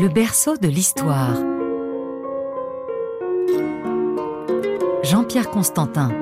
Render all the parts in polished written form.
Le berceau de l'histoire. Jean-Pierre Constantin.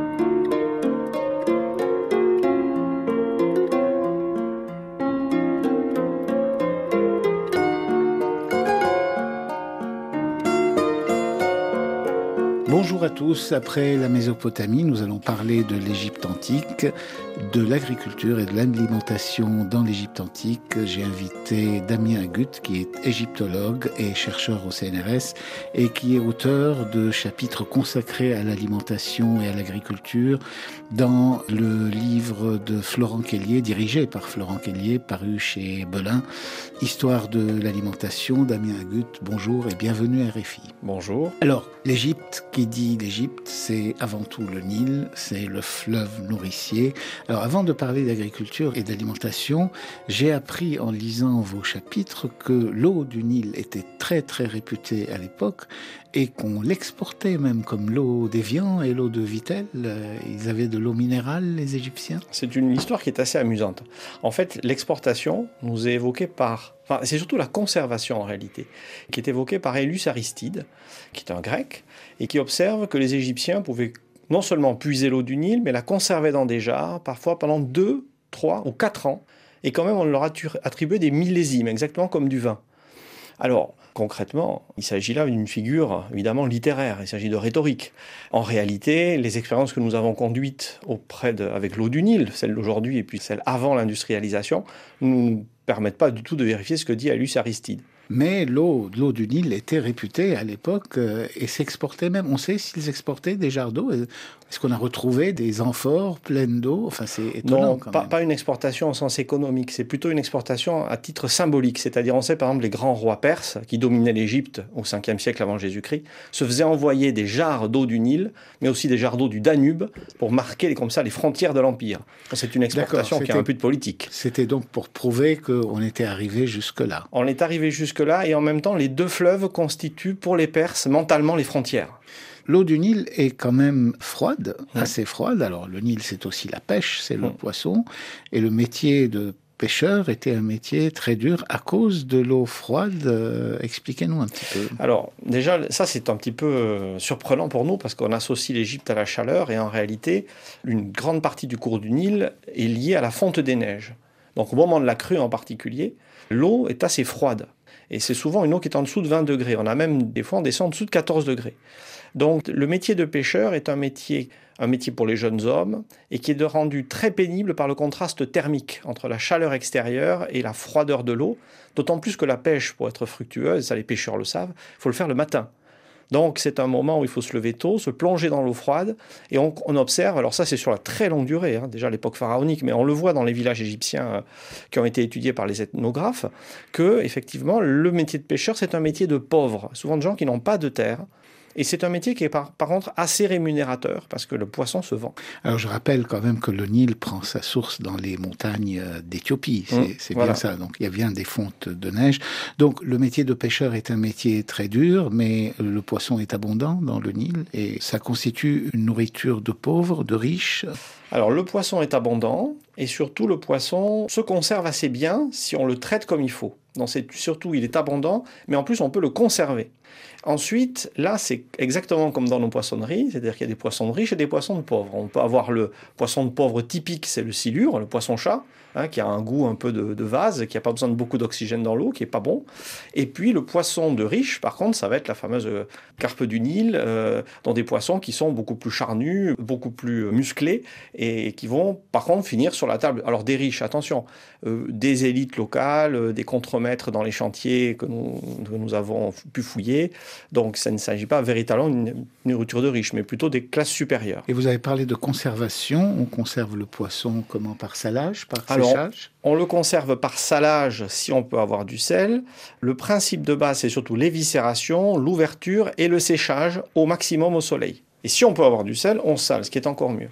Bonjour à tous. Après la Mésopotamie, nous allons parler de l'Égypte antique, de l'agriculture et de l'alimentation dans l'Égypte antique. J'ai invité Damien Agut, qui est égyptologue et chercheur au CNRS et qui est auteur de chapitres consacrés à l'alimentation et à l'agriculture dans le livre de Florent Kellier, dirigé par Florent Kellier, paru chez Belin, Histoire de l'alimentation. Damien Agut, bonjour et bienvenue à RFI. Bonjour. Alors, l'Égypte, qui dit l'Égypte, c'est avant tout le Nil, c'est le fleuve nourricier. Alors, avant de parler d'agriculture et d'alimentation, j'ai appris en lisant vos chapitres que l'eau du Nil était très très réputée à l'époque et qu'on l'exportait même comme l'eau d'Évian et l'eau de Vittel. Ils avaient de l'eau minérale, les Égyptiens. C'est une histoire qui est assez amusante. En fait, l'exportation nous est évoquée par... Enfin, c'est surtout la conservation en réalité, qui est évoquée par Élus Aristide, qui est un grec, et qui observe que les Égyptiens pouvaient non seulement puiser l'eau du Nil, mais la conserver dans des jarres, parfois pendant 2, 3 ou 4 ans, et quand même on leur attribuait des millésimes, exactement comme du vin. Alors, concrètement, il s'agit là d'une figure évidemment littéraire, il s'agit de rhétorique. En réalité, les expériences que nous avons conduites avec l'eau du Nil, celle d'aujourd'hui et puis celle avant l'industrialisation, ne nous permettent pas du tout de vérifier ce que dit Élus Aristide. Mais l'eau du Nil était réputée à l'époque et s'exportait même. On sait s'ils exportaient des jarres d'eau. Est-ce qu'on a retrouvé des amphores pleines d'eau? Enfin, c'est étonnant. Non, pas une exportation au sens économique. C'est plutôt une exportation à titre symbolique. C'est-à-dire, on sait par exemple les grands rois perses qui dominaient l'Égypte au 5e siècle avant Jésus-Christ se faisaient envoyer des jarres d'eau du Nil, mais aussi des jarres d'eau du Danube pour marquer comme ça les frontières de l'Empire. C'est une exportation qui a un but politique. C'était donc pour prouver qu'on était arrivé jusque-là. On est arrivé jusque-là et en même temps, les deux fleuves constituent pour les Perses mentalement les frontières. L'eau du Nil est quand même froide, assez froide. Alors le Nil, c'est aussi la pêche, c'est le poisson. Et le métier de pêcheur était un métier très dur à cause de l'eau froide. Expliquez-nous un petit peu. Alors déjà, ça c'est un petit peu surprenant pour nous parce qu'on associe l'Égypte à la chaleur et en réalité, une grande partie du cours du Nil est liée à la fonte des neiges. Donc au moment de la crue en particulier, l'eau est assez froide. Et c'est souvent une eau qui est en dessous de 20 degrés. On a même des fois, on descend en dessous de 14 degrés. Donc le métier de pêcheur est un métier pour les jeunes hommes et qui est rendu très pénible par le contraste thermique entre la chaleur extérieure et la froideur de l'eau. D'autant plus que la pêche, pour être fructueuse, ça les pêcheurs le savent, il faut le faire le matin. Donc c'est un moment où il faut se lever tôt, se plonger dans l'eau froide et on observe, alors ça c'est sur la très longue durée, déjà à l'époque pharaonique, mais on le voit dans les villages égyptiens qui ont été étudiés par les ethnographes, que effectivement le métier de pêcheur c'est un métier de pauvres, souvent de gens qui n'ont pas de terre. Et c'est un métier qui est par contre assez rémunérateur parce que le poisson se vend. Alors je rappelle quand même que le Nil prend sa source dans les montagnes d'Éthiopie. C'est voilà. Bien ça. Donc il y a bien des fontes de neige. Donc le métier de pêcheur est un métier très dur, mais le poisson est abondant dans le Nil et ça constitue une nourriture de pauvres, de riches. Alors le poisson est abondant et surtout le poisson se conserve assez bien si on le traite comme il faut. Donc surtout il est abondant, mais en plus on peut le conserver. Ensuite, là, c'est exactement comme dans nos poissonneries, c'est-à-dire qu'il y a des poissons de riches et des poissons de pauvres. On peut avoir le poisson de pauvre typique, c'est le silure, le poisson-chat, qui a un goût un peu de vase, qui n'a pas besoin de beaucoup d'oxygène dans l'eau, qui n'est pas bon. Et puis le poisson de riche, par contre, ça va être la fameuse carpe du Nil, dans des poissons qui sont beaucoup plus charnus, beaucoup plus musclés, et qui vont, par contre, finir sur la table. Alors des riches, attention, des élites locales, des contremaîtres dans les chantiers que nous avons pu fouiller. Donc ça ne s'agit pas véritablement d'une nourriture de riches, mais plutôt des classes supérieures. Et vous avez parlé de conservation. On conserve le poisson comment? Par salage, par séchage? On le conserve par salage si on peut avoir du sel. Le principe de base, c'est surtout l'éviscération, l'ouverture et le séchage au maximum au soleil. Et si on peut avoir du sel, on sale, ce qui est encore mieux.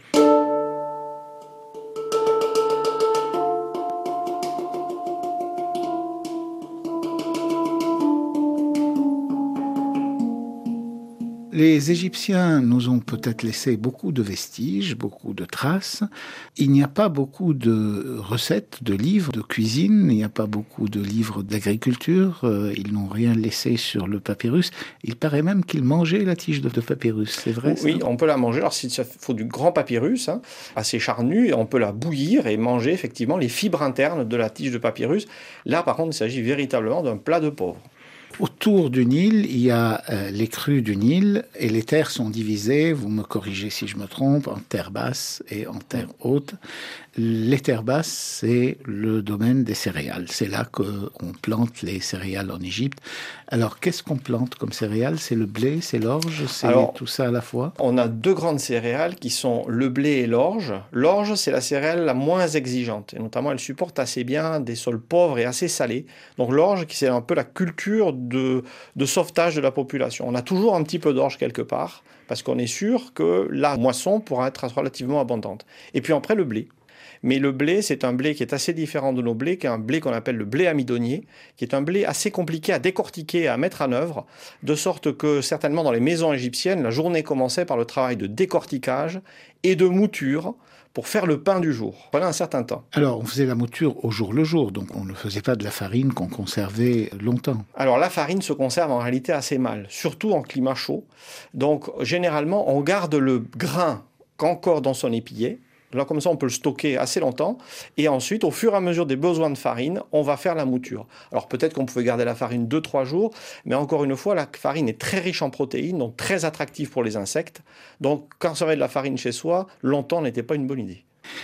Les Égyptiens nous ont peut-être laissé beaucoup de vestiges, beaucoup de traces. Il n'y a pas beaucoup de recettes, de livres de cuisine, il n'y a pas beaucoup de livres d'agriculture. Ils n'ont rien laissé sur le papyrus. Il paraît même qu'ils mangeaient la tige de papyrus, c'est vrai? Oui, on peut la manger. Alors, il faut du grand papyrus, assez charnu, et on peut la bouillir et manger effectivement les fibres internes de la tige de papyrus. Là, par contre, il s'agit véritablement d'un plat de pauvre. Autour du Nil, il y a les crues du Nil et les terres sont divisées, vous me corrigez si je me trompe, en terre basse et en terre haute. Les terres basses, c'est le domaine des céréales. C'est là qu'on plante les céréales en Égypte. Alors, qu'est-ce qu'on plante comme céréales? C'est le blé, c'est l'orge, c'est tout ça à la fois? On a deux grandes céréales qui sont le blé et l'orge. L'orge, c'est la céréale la moins exigeante. Et notamment, elle supporte assez bien des sols pauvres et assez salés. Donc l'orge, c'est un peu la culture de sauvetage de la population. On a toujours un petit peu d'orge quelque part, parce qu'on est sûr que la moisson pourra être relativement abondante. Et puis après, le blé. Mais le blé, c'est un blé qui est assez différent de nos blés, qui est un blé qu'on appelle le blé amidonnier, qui est un blé assez compliqué à décortiquer et à mettre en œuvre, de sorte que certainement dans les maisons égyptiennes, la journée commençait par le travail de décortiquage et de mouture pour faire le pain du jour, pendant un certain temps. Alors, on faisait la mouture au jour le jour, donc on ne faisait pas de la farine qu'on conservait longtemps. Alors, la farine se conserve en réalité assez mal, surtout en climat chaud. Donc, généralement, on garde le grain qu'encore dans son épillet. Là, comme ça, on peut le stocker assez longtemps. Et ensuite, au fur et à mesure des besoins de farine, on va faire la mouture. Alors, peut-être qu'on pouvait garder la farine 2-3 jours, mais encore une fois, la farine est très riche en protéines, donc très attractive pour les insectes. Donc, conserver de la farine chez soi, longtemps, n'était pas une bonne idée.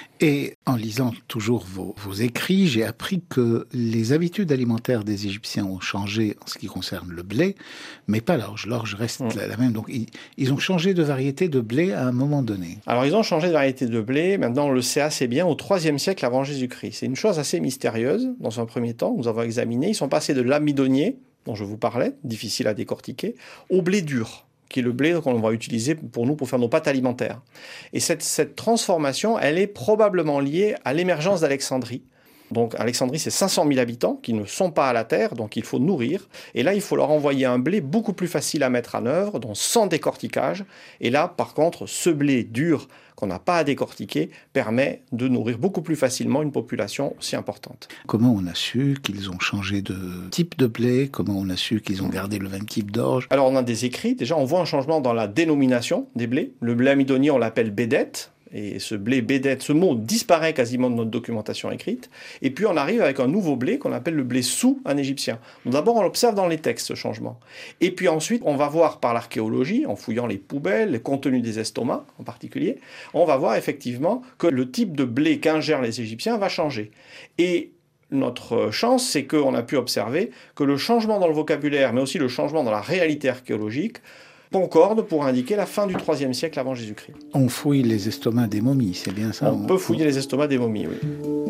Et en lisant toujours vos écrits, j'ai appris que les habitudes alimentaires des Égyptiens ont changé en ce qui concerne le blé, mais pas l'orge. L'orge reste la même. Donc, ils ont changé de variété de blé à un moment donné. Alors, ils ont changé de variété de blé. Maintenant, on le sait assez bien, au IIIe siècle avant Jésus-Christ. C'est une chose assez mystérieuse. Dans un premier temps, nous avons examiné. Ils sont passés de l'amidonnier, dont je vous parlais, difficile à décortiquer, au blé dur, qui est le blé qu'on va utiliser pour faire nos pâtes alimentaires. Et cette transformation, elle est probablement liée à l'émergence d'Alexandrie. Donc Alexandrie, c'est 500 000 habitants qui ne sont pas à la terre, donc il faut nourrir. Et là, il faut leur envoyer un blé beaucoup plus facile à mettre en œuvre, donc sans décortiquage. Et là, par contre, ce blé dur qu'on n'a pas à décortiquer permet de nourrir beaucoup plus facilement une population aussi importante. Comment on a su qu'ils ont changé de type de blé? Comment on a su qu'ils ont gardé le même type d'orge? Alors on a des écrits. Déjà, on voit un changement dans la dénomination des blés. Le blé amidonnier, on l'appelle bédette. Et ce blé bédette, ce mot disparaît quasiment de notre documentation écrite. Et puis on arrive avec un nouveau blé qu'on appelle le blé sou en égyptien. Donc d'abord on l'observe dans les textes, ce changement. Et puis ensuite on va voir par l'archéologie, en fouillant les poubelles, les contenus des estomacs en particulier, on va voir effectivement que le type de blé qu'ingèrent les Égyptiens va changer. Et notre chance, c'est qu'on a pu observer que le changement dans le vocabulaire, mais aussi le changement dans la réalité archéologique, concorde pour indiquer la fin du IIIe siècle avant Jésus-Christ. On fouille les estomacs des momies, c'est bien ça? On peut fouiller les estomacs des momies, oui.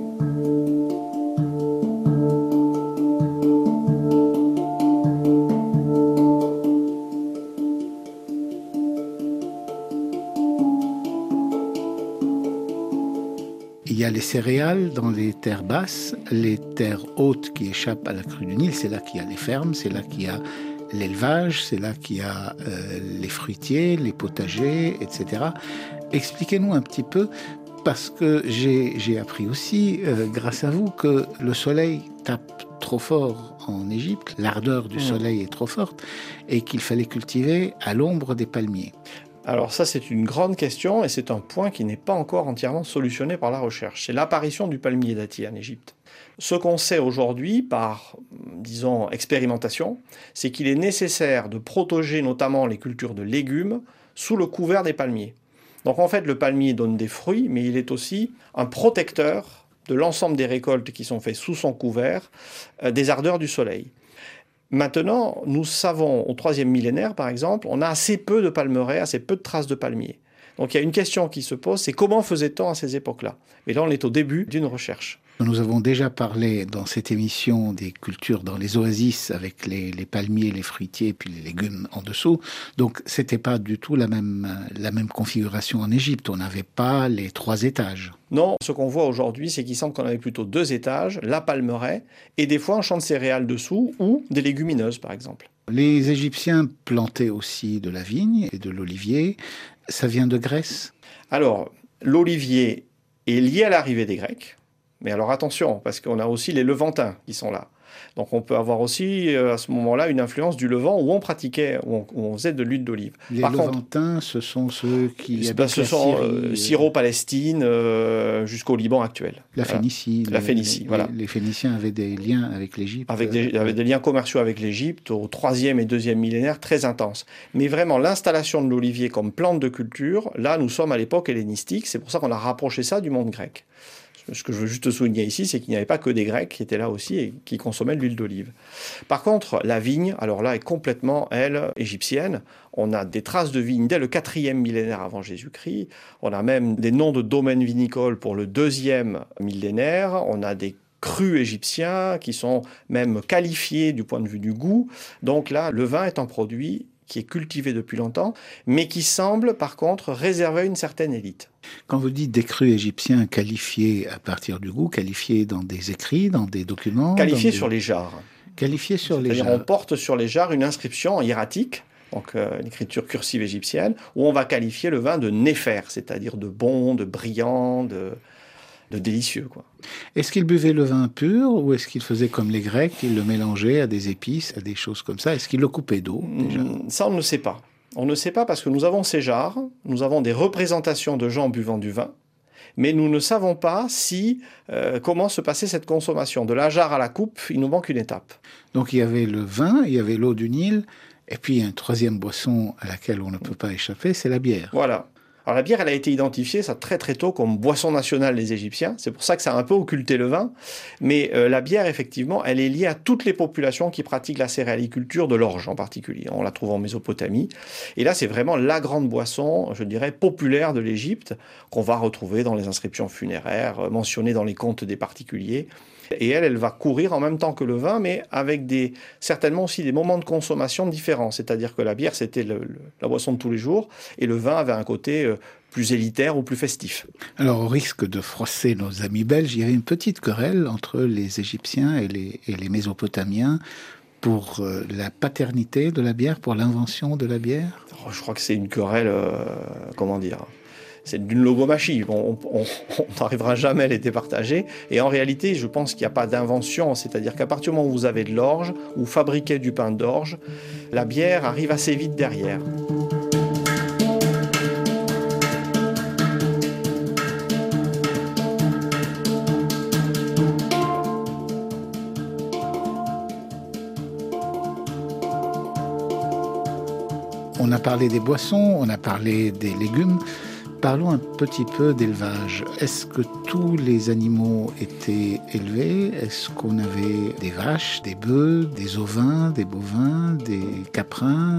Il y a les céréales dans les terres basses, les terres hautes qui échappent à la crue du Nil, c'est là qu'il y a les fermes, c'est là qu'il y a l'élevage, c'est là qu'il y a les fruitiers, les potagers, etc. Expliquez-nous un petit peu, parce que j'ai appris aussi, grâce à vous, que le soleil tape trop fort en Égypte, l'ardeur du soleil est trop forte, et qu'il fallait cultiver à l'ombre des palmiers. Alors ça, c'est une grande question, et c'est un point qui n'est pas encore entièrement solutionné par la recherche. C'est l'apparition du palmier dattier en Égypte. Ce qu'on sait aujourd'hui, par, disons, expérimentation, c'est qu'il est nécessaire de protéger notamment les cultures de légumes sous le couvert des palmiers. Donc en fait, le palmier donne des fruits, mais il est aussi un protecteur de l'ensemble des récoltes qui sont faites sous son couvert, des ardeurs du soleil. Maintenant, nous savons, au 3e millénaire par exemple, on a assez peu de palmeraies, assez peu de traces de palmiers. Donc il y a une question qui se pose, c'est comment faisait-on à ces époques-là? Et là, on est au début d'une recherche. Nous avons déjà parlé dans cette émission des cultures dans les oasis avec les palmiers, les fruitiers puis les légumes en dessous. Donc c'était pas du tout la même configuration en Égypte. On n'avait pas les 3 étages. Non, ce qu'on voit aujourd'hui, c'est qu'il semble qu'on avait plutôt 2 étages, la palmeraie et des fois un champ de céréales dessous ou des légumineuses par exemple. Les Égyptiens plantaient aussi de la vigne et de l'olivier. Ça vient de Grèce? Alors, l'olivier est lié à l'arrivée des Grecs. Mais alors attention, parce qu'on a aussi les Levantins qui sont là. Donc on peut avoir aussi à ce moment-là une influence du Levant où on pratiquait, où on faisait de l'huile d'olive. Les Levantins, ce sont ceux qui habitent ce sont Syro-Palestine jusqu'au Liban actuel. La Phénicie. La Phénicie, voilà. Les Phéniciens avaient des liens avec l'Égypte. Avec des liens commerciaux avec l'Égypte au 3e et 2e millénaire très intenses. Mais vraiment, l'installation de l'olivier comme plante de culture, là nous sommes à l'époque hellénistique, c'est pour ça qu'on a rapproché ça du monde grec. Ce que je veux juste souligner ici, c'est qu'il n'y avait pas que des Grecs qui étaient là aussi et qui consommaient de l'huile d'olive. Par contre, la vigne, alors là, est complètement, elle, égyptienne. On a des traces de vigne dès le 4e millénaire avant Jésus-Christ. On a même des noms de domaines vinicoles pour le 2e millénaire. On a des crus égyptiens qui sont même qualifiés du point de vue du goût. Donc là, le vin est un produit qui est cultivé depuis longtemps, mais qui semble, par contre, réservé à une certaine élite. Quand vous dites des crus égyptiens qualifiés à partir du goût, qualifiés dans des écrits, dans des documents? Qualifiés sur les jarres. Qualifiés sur les jarres. C'est-à-dire on porte sur les jarres une inscription hiératique, donc l'écriture cursive égyptienne, où on va qualifier le vin de néfer, c'est-à-dire de bon, de brillant, de délicieux, quoi. Est-ce qu'ils buvaient le vin pur ou est-ce qu'ils faisaient comme les Grecs, ils le mélangeaient à des épices, à des choses comme ça? Est-ce qu'ils le coupaient d'eau déjà? Ça, on ne sait pas. On ne sait pas parce que nous avons ces jarres, nous avons des représentations de gens buvant du vin, mais nous ne savons pas comment se passait cette consommation. De la jarre à la coupe, il nous manque une étape. Donc il y avait le vin, il y avait l'eau du Nil, et puis une troisième boisson à laquelle on ne peut pas échapper, c'est la bière. Voilà. Alors la bière, elle a été identifiée, ça très très tôt, comme boisson nationale des Égyptiens. C'est pour ça que ça a un peu occulté le vin. Mais la bière, effectivement, elle est liée à toutes les populations qui pratiquent la céréaliculture, de l'orge en particulier. On la trouve en Mésopotamie. Et là, c'est vraiment la grande boisson, je dirais, populaire de l'Égypte, qu'on va retrouver dans les inscriptions funéraires, mentionnées dans les contes des particuliers. Et elle va courir en même temps que le vin, mais avec certainement aussi des moments de consommation différents. C'est-à-dire que la bière, c'était la boisson de tous les jours, et le vin avait un côté plus élitaire ou plus festif. Alors, au risque de froisser nos amis belges, il y avait une petite querelle entre les Égyptiens et les Mésopotamiens pour la paternité de la bière, pour l'invention de la bière. Je crois que c'est une querelle, c'est d'une logomachie. On n'arrivera jamais à les départager. Et en réalité, je pense qu'il n'y a pas d'invention. C'est-à-dire qu'à partir du moment où vous avez de l'orge, ou fabriquez du pain d'orge, la bière arrive assez vite derrière. On a parlé des boissons, on a parlé des légumes. Parlons un petit peu d'élevage. Est-ce que tous les animaux étaient élevés? Est-ce qu'on avait des vaches, des bœufs, des ovins, des bovins, des caprins,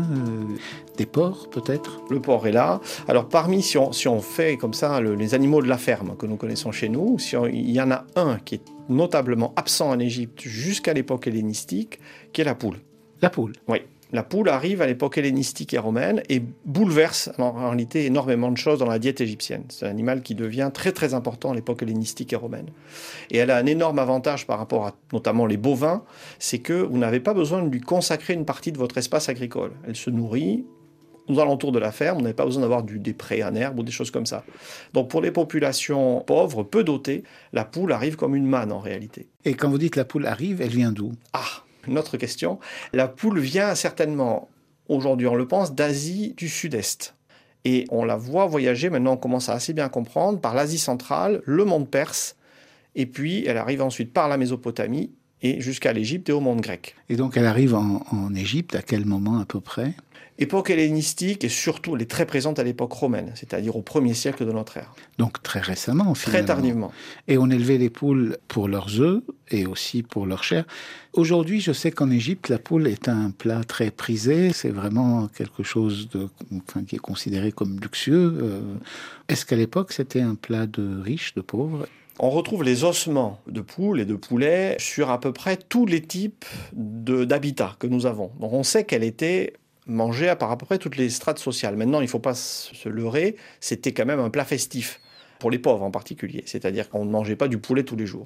des porcs peut-être? Le porc est là. Alors si on fait comme ça les animaux de la ferme que nous connaissons chez nous, il y en a un qui est notablement absent en Égypte jusqu'à l'époque hellénistique, qui est la poule. La poule? Oui. La poule arrive à l'époque hellénistique et romaine et bouleverse en réalité énormément de choses dans la diète égyptienne. C'est un animal qui devient très très important à l'époque hellénistique et romaine. Et elle a un énorme avantage par rapport à notamment les bovins, c'est que vous n'avez pas besoin de lui consacrer une partie de votre espace agricole. Elle se nourrit aux alentours de la ferme, vous n'avez pas besoin d'avoir des prés en herbe ou des choses comme ça. Donc pour les populations pauvres, peu dotées, la poule arrive comme une manne en réalité. Et quand vous dites la poule arrive, elle vient d'où? Une autre question. La poule vient certainement, aujourd'hui on le pense, d'Asie du Sud-Est. Et on la voit voyager, maintenant on commence à assez bien comprendre, par l'Asie centrale, le monde perse, et puis elle arrive ensuite par la Mésopotamie, et jusqu'à l'Égypte et au monde grec. Et donc elle arrive en Égypte, à quel moment à peu près? Époque hellénistique, et surtout elle est très présente à l'époque romaine, c'est-à-dire au 1er siècle de notre ère. Donc très récemment, finalement. Très tardivement. Et on élevait les poules pour leurs œufs et aussi pour leur chair. Aujourd'hui, je sais qu'en Égypte, la poule est un plat très prisé. C'est vraiment quelque chose qui est considéré comme luxueux. Est-ce qu'à l'époque, c'était un plat de riches, de pauvres? On retrouve les ossements de poules et de poulets sur à peu près tous les types d'habitats que nous avons. Donc on sait qu'elle était mangée par à peu près toutes les strates sociales. Maintenant, il ne faut pas se leurrer, c'était quand même un plat festif, pour les pauvres en particulier. C'est-à-dire qu'on ne mangeait pas du poulet tous les jours.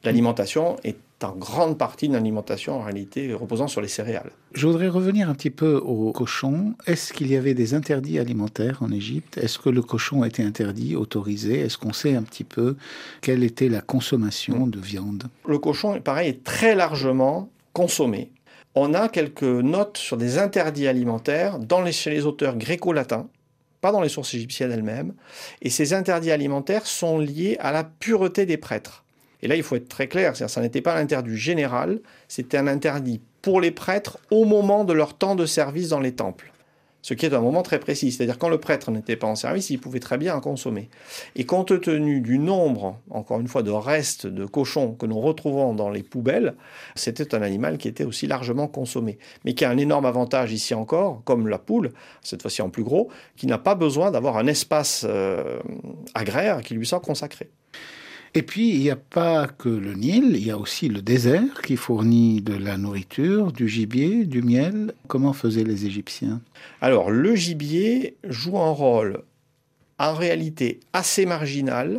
L'alimentation est en grande partie une alimentation en réalité reposant sur les céréales. Je voudrais revenir un petit peu au cochon. Est-ce qu'il y avait des interdits alimentaires en Égypte? Est-ce que le cochon était interdit, autorisé? Est-ce qu'on sait un petit peu quelle était la consommation de viande? Le cochon, pareil, est très largement consommé. On a quelques notes sur des interdits alimentaires chez les auteurs gréco-latins, pas dans les sources égyptiennes elles-mêmes. Et ces interdits alimentaires sont liés à la pureté des prêtres. Et là, il faut être très clair, ça n'était pas l'interdit général, c'était un interdit pour les prêtres au moment de leur temps de service dans les temples. Ce qui est un moment très précis, c'est-à-dire quand le prêtre n'était pas en service, il pouvait très bien en consommer. Et compte tenu du nombre, encore une fois, de restes de cochons que nous retrouvons dans les poubelles, c'était un animal qui était aussi largement consommé. Mais qui a un énorme avantage ici encore, comme la poule, cette fois-ci en plus gros, qui n'a pas besoin d'avoir un espace agraire qui lui soit consacré. Et puis, il n'y a pas que le Nil, il y a aussi le désert qui fournit de la nourriture, du gibier, du miel. Comment faisaient les Égyptiens? Alors, le gibier joue un rôle en réalité assez marginal,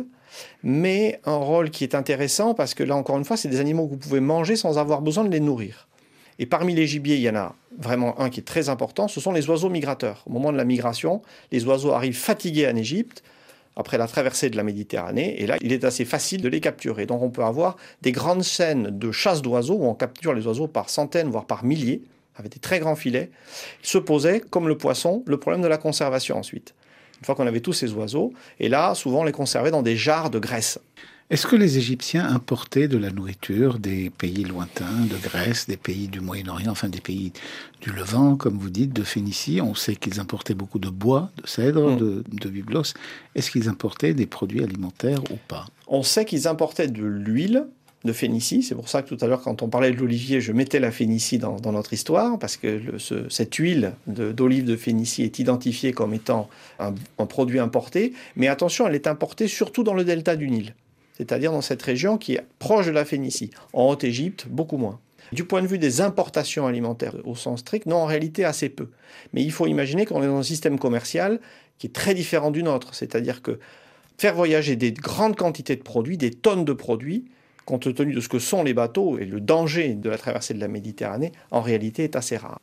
mais un rôle qui est intéressant parce que là, encore une fois, c'est des animaux que vous pouvez manger sans avoir besoin de les nourrir. Et parmi les gibiers, il y en a vraiment un qui est très important, ce sont les oiseaux migrateurs. Au moment de la migration, les oiseaux arrivent fatigués en Égypte, après la traversée de la Méditerranée, et là, il est assez facile de les capturer. Donc on peut avoir des grandes scènes de chasse d'oiseaux, où on capture les oiseaux par centaines, voire par milliers, avec des très grands filets. Il se posait, comme le poisson, le problème de la conservation ensuite. Une fois qu'on avait tous ces oiseaux, et là, souvent, on les conservait dans des jarres de graisse. Est-ce que les Égyptiens importaient de la nourriture des pays lointains, de Grèce, des pays du Moyen-Orient, enfin des pays du Levant, comme vous dites, de Phénicie? On sait qu'ils importaient beaucoup de bois, de cèdre, de byblos. Est-ce qu'ils importaient des produits alimentaires ou pas? On sait qu'ils importaient de l'huile de Phénicie. C'est pour ça que tout à l'heure, quand on parlait de l'olivier, je mettais la Phénicie dans notre histoire, parce que cette huile d'olive de Phénicie est identifiée comme étant un produit importé. Mais attention, elle est importée surtout dans le delta du Nil, c'est-à-dire dans cette région qui est proche de la Phénicie. En Haute-Égypte, beaucoup moins. Du point de vue des importations alimentaires au sens strict, non, en réalité assez peu. Mais il faut imaginer qu'on est dans un système commercial qui est très différent du nôtre. C'est-à-dire que faire voyager des grandes quantités de produits, des tonnes de produits, compte tenu de ce que sont les bateaux et le danger de la traversée de la Méditerranée, en réalité est assez rare.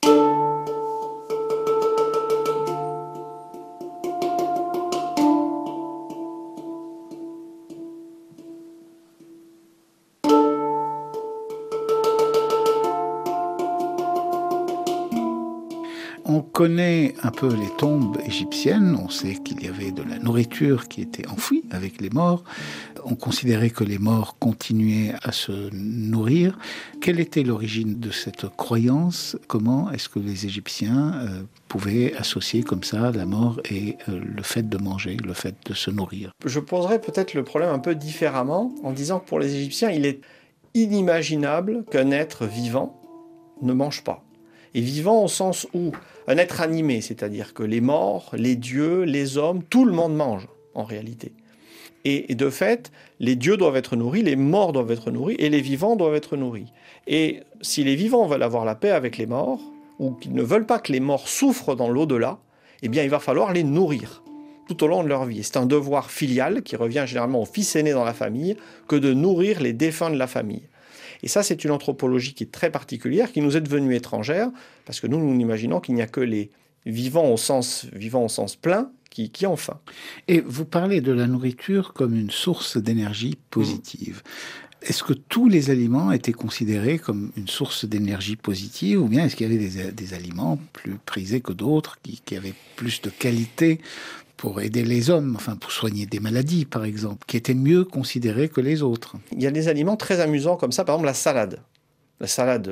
On connaît un peu les tombes égyptiennes, on sait qu'il y avait de la nourriture qui était enfouie avec les morts, on considérait que les morts continuaient à se nourrir. Quelle était l'origine de cette croyance? Comment est-ce que les Égyptiens pouvaient associer comme ça la mort et le fait de manger, le fait de se nourrir? Je poserais peut-être le problème un peu différemment en disant que pour les Égyptiens, il est inimaginable qu'un être vivant ne mange pas. Et vivant au sens où un être animé, c'est-à-dire que les morts, les dieux, les hommes, tout le monde mange en réalité. Et de fait, les dieux doivent être nourris, les morts doivent être nourris et les vivants doivent être nourris. Et si les vivants veulent avoir la paix avec les morts, ou qu'ils ne veulent pas que les morts souffrent dans l'au-delà, eh bien il va falloir les nourrir tout au long de leur vie. Et c'est un devoir filial qui revient généralement au fils aîné dans la famille que de nourrir les défunts de la famille. Et ça, c'est une anthropologie qui est très particulière, qui nous est devenue étrangère, parce que nous imaginons qu'il n'y a que les vivants au sens plein qui ont faim. Et vous parlez de la nourriture comme une source d'énergie positive. Est-ce que tous les aliments étaient considérés comme une source d'énergie positive, ou bien est-ce qu'il y avait des aliments plus prisés que d'autres, qui avaient plus de qualité pour aider les hommes, enfin pour soigner des maladies par exemple, qui étaient mieux considérés que les autres? Il y a des aliments très amusants comme ça, par exemple la salade. La salade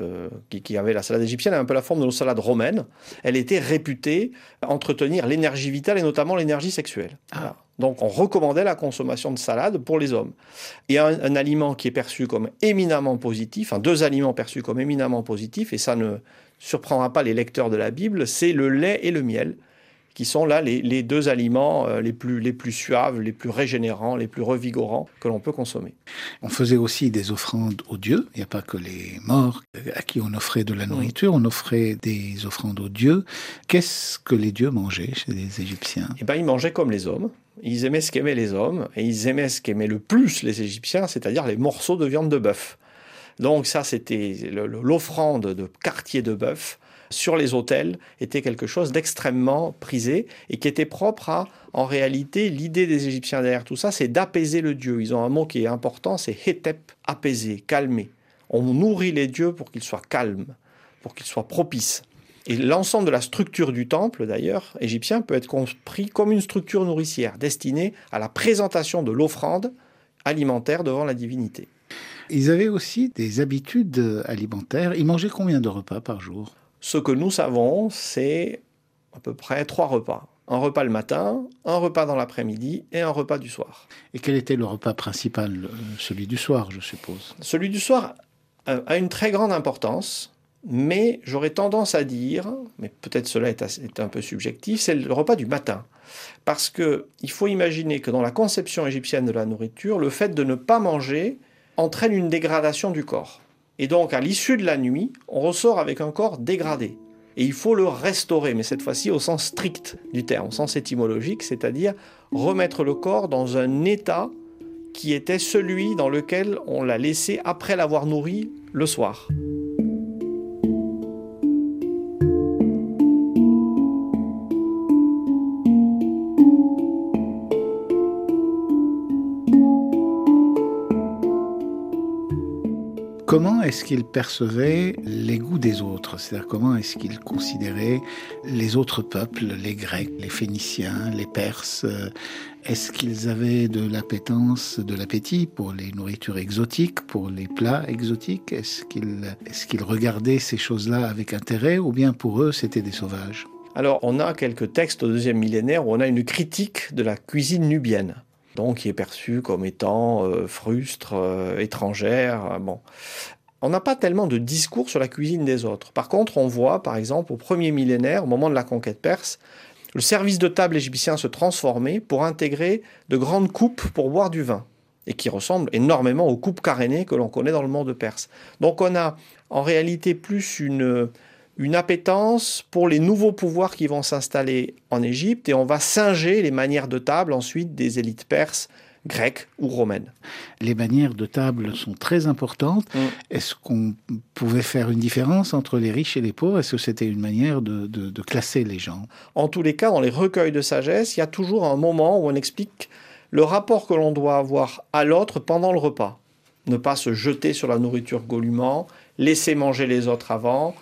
la salade égyptienne a un peu la forme de nos salades romaines. Elle était réputée entretenir l'énergie vitale et notamment l'énergie sexuelle. Voilà. Donc on recommandait la consommation de salade pour les hommes. Et un aliment qui est perçu comme éminemment positif, deux aliments perçus comme éminemment positifs, et ça ne surprendra pas les lecteurs de la Bible, c'est le lait et le miel, qui sont là les deux aliments les plus suaves, les plus régénérants, les plus revigorants que l'on peut consommer. On faisait aussi des offrandes aux dieux. Il n'y a pas que les morts à qui on offrait de la nourriture, on offrait des offrandes aux dieux. Qu'est-ce que les dieux mangeaient chez les Égyptiens? Ils mangeaient comme les hommes. Ils aimaient ce qu'aimaient les hommes, et ils aimaient ce qu'aimaient le plus les Égyptiens, c'est-à-dire les morceaux de viande de bœuf. Donc ça, c'était l'offrande de quartier de bœuf sur les autels était quelque chose d'extrêmement prisé et qui était propre à, en réalité, l'idée des Égyptiens derrière tout ça, c'est d'apaiser le dieu. Ils ont un mot qui est important, c'est hetep, apaiser, calmer. On nourrit les dieux pour qu'ils soient calmes, pour qu'ils soient propices. Et l'ensemble de la structure du temple, d'ailleurs, égyptien, peut être compris comme une structure nourricière destinée à la présentation de l'offrande alimentaire devant la divinité. Ils avaient aussi des habitudes alimentaires. Ils mangeaient combien de repas par jour ? Ce que nous savons, c'est à peu près 3 repas. Un repas le matin, un repas dans l'après-midi et un repas du soir. Et quel était le repas principal ? Celui du soir, je suppose. Celui du soir a une très grande importance, mais j'aurais tendance à dire, mais peut-être cela est un peu subjectif, c'est le repas du matin. Parce qu'il faut imaginer que dans la conception égyptienne de la nourriture, le fait de ne pas manger entraîne une dégradation du corps. Et donc, à l'issue de la nuit, on ressort avec un corps dégradé. Et il faut le restaurer, mais cette fois-ci au sens strict du terme, au sens étymologique, c'est-à-dire remettre le corps dans un état qui était celui dans lequel on l'a laissé après l'avoir nourri le soir. Comment est-ce qu'ils percevaient les goûts des autres ? C'est-à-dire comment est-ce qu'ils considéraient les autres peuples, les Grecs, les Phéniciens, les Perses ? Est-ce qu'ils avaient de l'appétence, de l'appétit pour les nourritures exotiques, pour les plats exotiques ? Est-ce qu'ils regardaient ces choses-là avec intérêt ou bien pour eux c'était des sauvages ? Alors, on a quelques textes au 2e millénaire où on a une critique de la cuisine nubienne. Donc qui est perçue comme étant frustre, étrangère. Bon. On n'a pas tellement de discours sur la cuisine des autres. Par contre, on voit, par exemple, au 1er millénaire, au moment de la conquête perse, le service de table égyptien se transformer pour intégrer de grandes coupes pour boire du vin, et qui ressemblent énormément aux coupes carénées que l'on connaît dans le monde perse. Donc on a en réalité plus une appétence pour les nouveaux pouvoirs qui vont s'installer en Égypte et on va singer les manières de table ensuite des élites perses, grecques ou romaines. Les manières de table sont très importantes. Est-ce qu'on pouvait faire une différence entre les riches et les pauvres ? Est-ce que c'était une manière de classer les gens ? En tous les cas, dans les recueils de sagesse, il y a toujours un moment où on explique le rapport que l'on doit avoir à l'autre pendant le repas. Ne pas se jeter sur la nourriture goulûment, laisser manger les autres avant,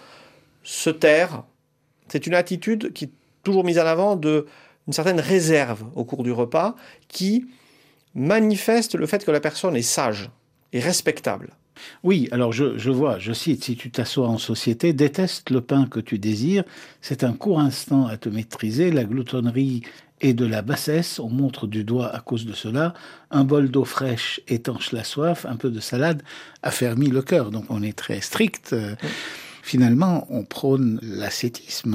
se taire. C'est une attitude qui est toujours mise en avant d'une certaine réserve au cours du repas qui manifeste le fait que la personne est sage et respectable. Oui, alors je vois, je cite, si tu t'assois en société, déteste le pain que tu désires, c'est un court instant à te maîtriser, la gloutonnerie et de la bassesse, on montre du doigt à cause de cela, un bol d'eau fraîche étanche la soif, un peu de salade affermit le cœur, donc on est très strict. Finalement, on prône l'ascétisme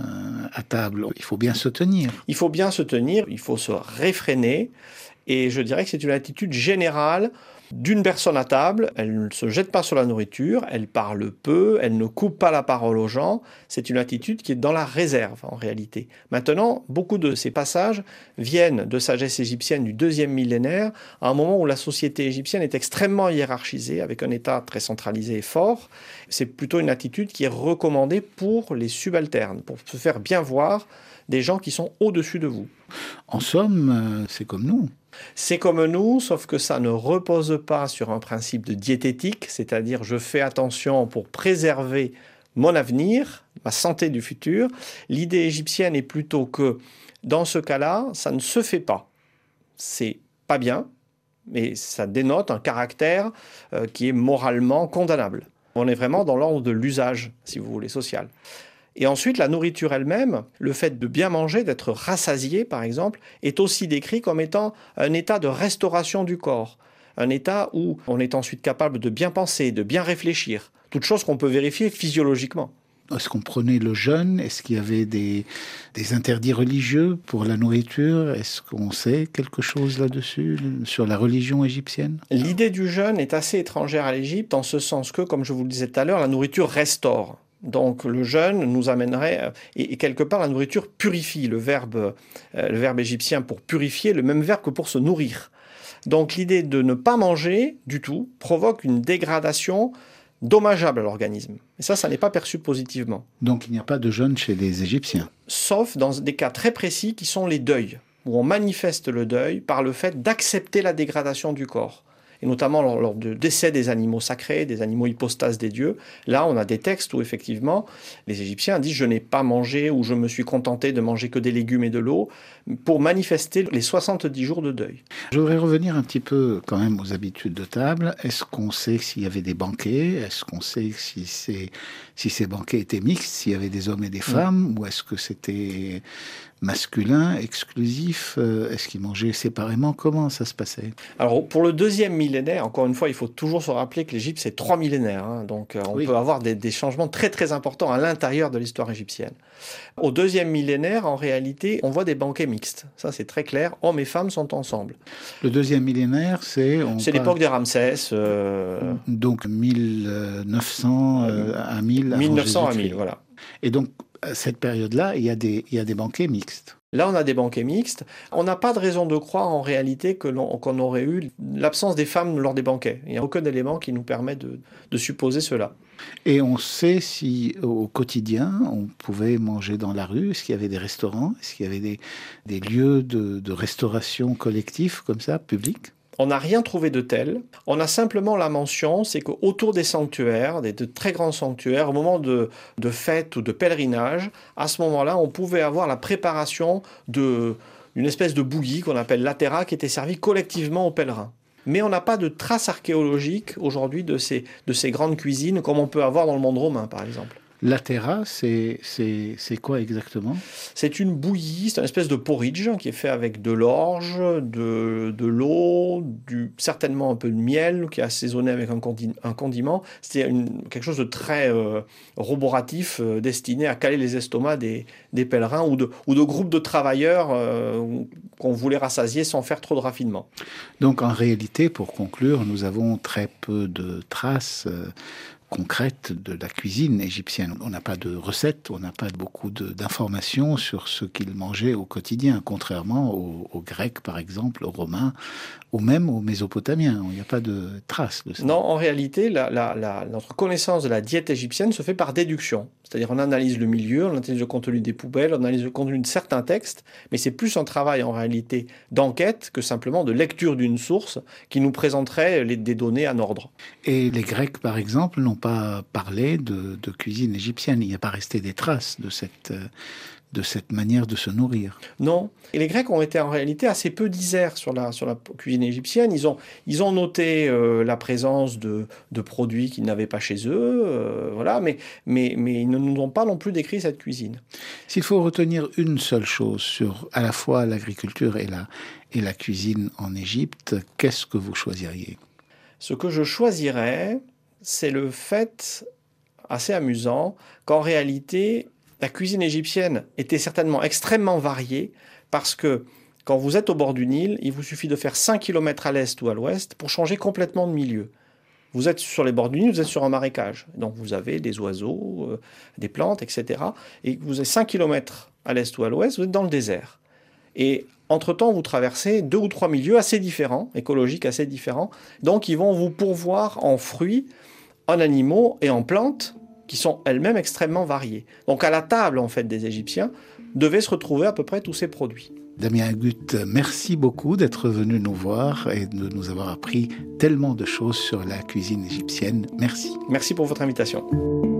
à table. Il faut bien se tenir. Il faut bien se tenir, il faut se réfréner. Et je dirais que c'est une attitude générale d'une personne à table. Elle ne se jette pas sur la nourriture, elle parle peu, elle ne coupe pas la parole aux gens. C'est une attitude qui est dans la réserve, en réalité. Maintenant, beaucoup de ces passages viennent de sagesse égyptienne du 2e millénaire, à un moment où la société égyptienne est extrêmement hiérarchisée, avec un État très centralisé et fort. C'est plutôt une attitude qui est recommandée pour les subalternes, pour se faire bien voir des gens qui sont au-dessus de vous. En somme, c'est comme nous. C'est comme nous, sauf que ça ne repose pas sur un principe de diététique, c'est-à-dire je fais attention pour préserver mon avenir, ma santé du futur. L'idée égyptienne est plutôt que, dans ce cas-là, ça ne se fait pas. C'est pas bien, mais ça dénote un caractère qui est moralement condamnable. On est vraiment dans l'ordre de l'usage, si vous voulez, social. Et ensuite, la nourriture elle-même, le fait de bien manger, d'être rassasié par exemple, est aussi décrit comme étant un état de restauration du corps. Un état où on est ensuite capable de bien penser, de bien réfléchir. Toute chose qu'on peut vérifier physiologiquement. Est-ce qu'on prenait le jeûne ? Est-ce qu'il y avait des interdits religieux pour la nourriture ? Est-ce qu'on sait quelque chose là-dessus, sur la religion égyptienne ? L'idée du jeûne est assez étrangère à l'Égypte, en ce sens que, comme je vous le disais tout à l'heure, la nourriture restaure. Donc le jeûne nous amènerait, et quelque part la nourriture purifie, le verbe égyptien pour purifier, le même verbe que pour se nourrir. Donc l'idée de ne pas manger du tout provoque une dégradation dommageable à l'organisme. Et ça n'est pas perçu positivement. Donc il n'y a pas de jeûne chez les Égyptiens. Sauf dans des cas très précis qui sont les deuils, où on manifeste le deuil par le fait d'accepter la dégradation du corps. Et notamment lors du décès des animaux sacrés, des animaux hypostases des dieux. Là, on a des textes où, effectivement, les Égyptiens disent « je n'ai pas mangé » ou « je me suis contenté de manger que des légumes et de l'eau » pour manifester les 70 jours de deuil. Je voudrais revenir un petit peu quand même aux habitudes de table. Est-ce qu'on sait s'il y avait des banquets? Est-ce qu'on sait si ces banquets étaient mixtes, s'il y avait des hommes et des femmes? Ou est-ce que c'était masculin, exclusif? Est-ce qu'ils mangeaient séparément? Comment ça se passait? Alors, pour le 2e millénaire, encore une fois, il faut toujours se rappeler que l'Égypte, c'est 3 millénaires. Donc, on peut avoir des changements très, très importants à l'intérieur de l'histoire égyptienne. Au 2e millénaire, en réalité, on voit des banquets mixtes. Ça, c'est très clair. Hommes et femmes sont ensemble. Le 2e millénaire, c'est l'époque des Ramsès. Donc, 1900 à 1000. 1900 à 1000, voilà. Et donc, à cette période-là, il y a des banquets mixtes. Là, on a des banquets mixtes. On n'a pas de raison de croire, en réalité, qu'on aurait eu l'absence des femmes lors des banquets. Il n'y a aucun élément qui nous permet de supposer cela. Et on sait si, au quotidien, on pouvait manger dans la rue. Est-ce qu'il y avait des restaurants? Est-ce qu'il y avait des lieux de restauration collectifs, comme ça, publics? On n'a rien trouvé de tel. On a simplement la mention, c'est qu'autour des sanctuaires, de très grands sanctuaires, au moment de fêtes ou de pèlerinage, à ce moment-là, on pouvait avoir la préparation d'une espèce de bouillie qu'on appelle l'atera, qui était servie collectivement aux pèlerins. Mais on n'a pas de traces archéologiques aujourd'hui de ces grandes cuisines, comme on peut avoir dans le monde romain, par exemple. L'atera, c'est quoi exactement? C'est une bouillie, c'est une espèce de porridge qui est fait avec de l'orge, de l'eau, certainement un peu de miel qui est assaisonné avec un condiment. C'est quelque chose de très roboratif, destiné à caler les estomacs des pèlerins ou de groupes de travailleurs qu'on voulait rassasier sans faire trop de raffinement. Donc en réalité, pour conclure, nous avons très peu de traces concrète de la cuisine égyptienne. On n'a pas de recettes, on n'a pas beaucoup d'informations sur ce qu'ils mangeaient au quotidien, contrairement aux Grecs, par exemple, aux Romains, ou même aux Mésopotamiens. Il n'y a pas de traces de ça. Non, en réalité, notre connaissance de la diète égyptienne se fait par déduction. C'est-à-dire on analyse le milieu, on analyse le contenu des poubelles, on analyse le contenu de certains textes, mais c'est plus un travail en réalité d'enquête que simplement de lecture d'une source qui nous présenterait des données en ordre. Et les Grecs, par exemple, n'ont pas parlé de cuisine égyptienne. Il n'y a pas resté des traces de cette manière de se nourrir. Non. Et les Grecs ont été en réalité assez peu disers sur la cuisine égyptienne. Ils ont noté la présence de produits qu'ils n'avaient pas chez eux, voilà, mais ils ne nous ont pas non plus décrit cette cuisine. S'il faut retenir une seule chose sur à la fois l'agriculture et la cuisine en Égypte, qu'est-ce que vous choisiriez? Ce que je choisirais, c'est le fait, assez amusant, qu'en réalité, la cuisine égyptienne était certainement extrêmement variée parce que quand vous êtes au bord du Nil, il vous suffit de faire 5 km à l'est ou à l'ouest pour changer complètement de milieu. Vous êtes sur les bords du Nil, vous êtes sur un marécage. Donc vous avez des oiseaux, des plantes, etc. Et vous avez 5 km à l'est ou à l'ouest, vous êtes dans le désert. Et entre-temps, vous traversez 2 ou 3 milieux assez différents, écologiques assez différents. Donc ils vont vous pourvoir en fruits, en animaux et en plantes qui sont elles-mêmes extrêmement variées. Donc à la table en fait des Égyptiens devaient se retrouver à peu près tous ces produits. Damien Agut, merci beaucoup d'être venu nous voir et de nous avoir appris tellement de choses sur la cuisine égyptienne. Merci. Merci pour votre invitation.